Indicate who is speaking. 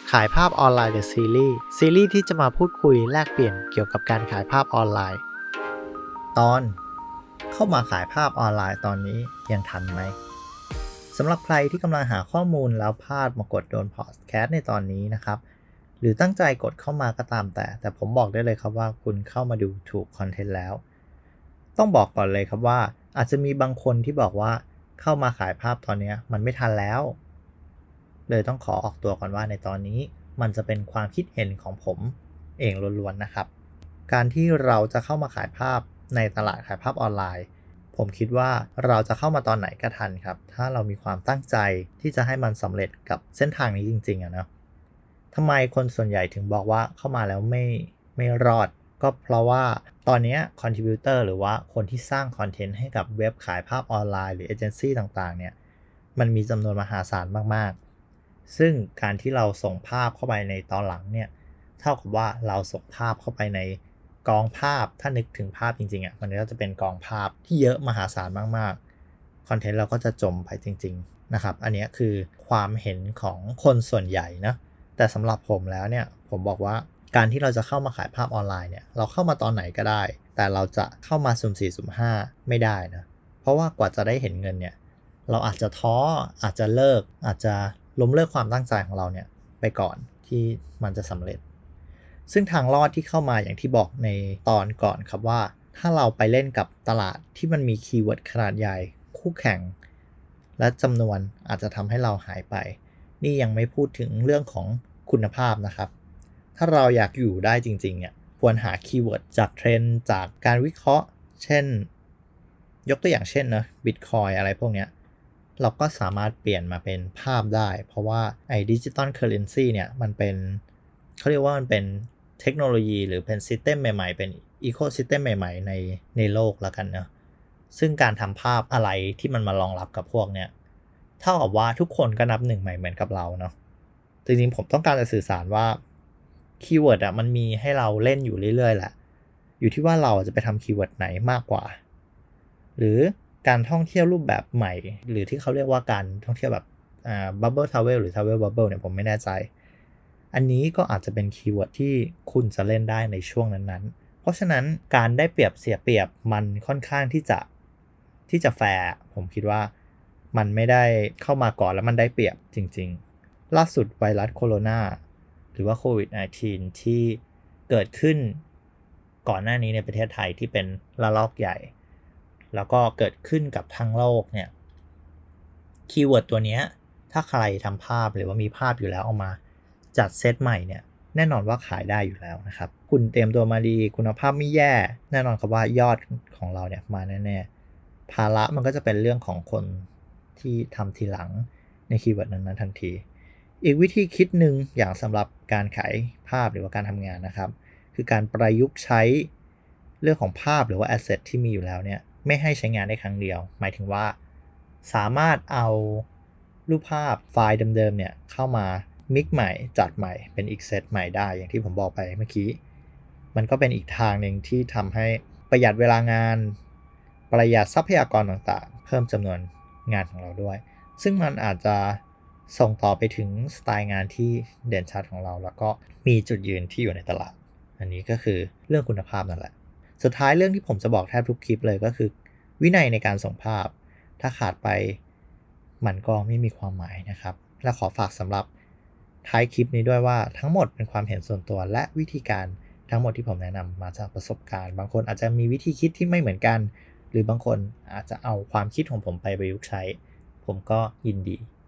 Speaker 1: ขายภาพออนไลน์ The Series ซีรีส์ที่จะมาพูดคุยแลกเปลี่ยนเกี่ยวกับการขายภาพออนไลน์ตอนเข้ามาขายภาพออนไลน์ตอนนี้ยังทันไหมสำหรับใครที่กำลังหาข้อมูลแล้วพลาดมากดโดนพอดแคสต์ในตอนนี้นะครับหรือตั้งใจกดเข้ามาก็ตามแต่ผมบอกได้เลยครับว่าคุณเข้ามาดูถูกคอนเทนต์แล้วต้องบอกก่อนเลยครับว่าอาจจะมีบางคนที่บอกว่าเข้ามาขายภาพตอนนี้มันไม่ทันแล้วเลยต้องขอออกตัวก่อนว่าในตอนนี้มันจะเป็นความคิดเห็นของผมเองล้วนๆนะครับการที่เราจะเข้ามาขายภาพในตลาดขายภาพออนไลน์ผมคิดว่าเราจะเข้ามาตอนไหนก็ทันครับถ้าเรามีความตั้งใจที่จะให้มันสำเร็จกับเส้นทางนี้จริงๆนะทำไมคนส่วนใหญ่ถึงบอกว่าเข้ามาแล้วไม่รอดก็เพราะว่าตอนนี้คอนทริบิวเตอร์หรือว่าคนที่สร้างคอนเทนต์ให้กับเว็บขายภาพออนไลน์หรือเอเจนซี่ต่างๆเนี่ยมันมีจำนวนมหาศาลมากๆซึ่งการที่เราส่งภาพเข้าไปในตอนหลังเนี่ยเท่ากับว่าเราส่งภาพเข้าไปในกองภาพถ้านึกถึงภาพจริงๆมันก็จะเป็นกองภาพที่เยอะมหาศาลมากๆคอนเทนต์เราก็จะจมไปจริงๆนะครับอันนี้คือความเห็นของคนส่วนใหญ่นะแต่สำหรับผมแล้วเนี่ยผมบอกว่าการที่เราจะเข้ามาขายภาพออนไลน์เนี่ยเราเข้ามาตอนไหนก็ได้แต่เราจะเข้ามาสุ่ม4สุ่ม5ไม่ได้นะเพราะว่ากว่าจะได้เห็นเงินเนี่ยเราอาจจะท้ออาจจะเลิกอาจจะล้มเลิกความตั้งใจของเราเนี่ยไปก่อนที่มันจะสำเร็จซึ่งทางรอดที่เข้ามาอย่างที่บอกในตอนก่อนครับว่าถ้าเราไปเล่นกับตลาดที่มันมีคีย์เวิร์ดขนาดใหญ่คู่แข่งและจำนวนอาจจะทำให้เราหายไปนี่ยังไม่พูดถึงเรื่องของคุณภาพนะครับถ้าเราอยากอยู่ได้จริงๆควรหาคีย์เวิร์ดจากเทรนด์จากการวิเคราะห์เช่นยกตัวอย่างเช่นนะ Bitcoin อะไรพวกเนี้ยเราก็สามารถเปลี่ยนมาเป็นภาพได้เพราะว่าไอ้ Digital Currency เนี่ยมันเป็นเขาเรียกว่ามันเป็นเทคโนโลยีหรือเป็นซิสเต็มใหม่ๆเป็นอีโคซิสเต็มใหม่ๆในโลกแล้วกันเนาะซึ่งการทำภาพอะไรที่มันมารองรับกับพวกเนี้ยเท่ากับว่าทุกคนก็นับหนึ่งใหม่เหมือนกับเราเนาะจริงๆผมต้องการจะสื่อสารว่าคีย์เวิร์ดมันมีให้เราเล่นอยู่เรื่อยๆแหละอยู่ที่ว่าเราจะไปทำคีย์เวิร์ดไหนมากกว่าหรือการท่องเที่ยวรูปแบบใหม่หรือที่เขาเรียกว่าการท่องเที่ยวแบบbubble travel หรือ travel bubble เนี่ยผมไม่แน่ใจอันนี้ก็อาจจะเป็นคีย์เวิร์ดที่คุณจะเล่นได้ในช่วงนั้นๆเพราะฉะนั้นการได้เปรียบเสียเปรียบมันค่อนข้างที่จะแฟร์ผมคิดว่ามันไม่ได้เข้ามาก่อนแล้วมันได้เปรียบจริงๆล่าสุดไวรัสโคโรนาหรือว่าโควิด -19 ที่เกิดขึ้นก่อนหน้านี้ในประเทศไทยที่เป็นระลอกใหญ่แล้วก็เกิดขึ้นกับทั้งโลกเนี่ยคีย์เวิร์ดตัวนี้ถ้าใครทำภาพหรือว่ามีภาพอยู่แล้วเอามาจัดเซตใหม่เนี่ยแน่นอนว่าขายได้อยู่แล้วนะครับคุณเตรียมตัวมาดีคุณภาพไม่แย่แน่นอนครับว่ายอดของเราเนี่ยมาแน่ๆภาระมันก็จะเป็นเรื่องของคนที่ทำทีหลังในคีย์เวิร์ดนั้นทันทีอีกวิธีคิดหนึ่งอย่างสำหรับการขายภาพหรือว่าการทำงานนะครับคือการประยุกต์ใช้เรื่องของภาพหรือว่าแอสเซทที่มีอยู่แล้วเนี่ยไม่ให้ใช้งานได้ครั้งเดียวหมายถึงว่าสามารถเอารูปภาพไฟล์เดิมๆเนี่ยเข้ามามิกใหม่จัดใหม่เป็นอีกเซตใหม่ได้อย่างที่ผมบอกไปเมื่อกี้มันก็เป็นอีกทางหนึ่งที่ทำให้ประหยัดเวลางานประหยัดทรัพยากรต่างๆเพิ่มจำนวนงานของเราด้วยซึ่งมันอาจจะส่งต่อไปถึงสไตล์งานที่เด่นชัดของเราแล้วก็มีจุดยืนที่อยู่ในตลาดอันนี้ก็คือเรื่องคุณภาพนั่นแหละสุดท้ายเรื่องที่ผมจะบอกแทบทุกคลิปเลยก็คือวินัยในการส่งภาพถ้าขาดไปมันก็ไม่มีความหมายนะครับและขอฝากสำหรับท้ายคลิปนี้ด้วยว่าทั้งหมดเป็นความเห็นส่วนตัวและวิธีการทั้งหมดที่ผมแนะนำมาจากประสบการณ์บางคนอาจจะมีวิธีคิดที่ไม่เหมือนกันหรือบางคนอาจจะเอาความคิดของผมไปประยุกต์ใช้ผมก็ยินดี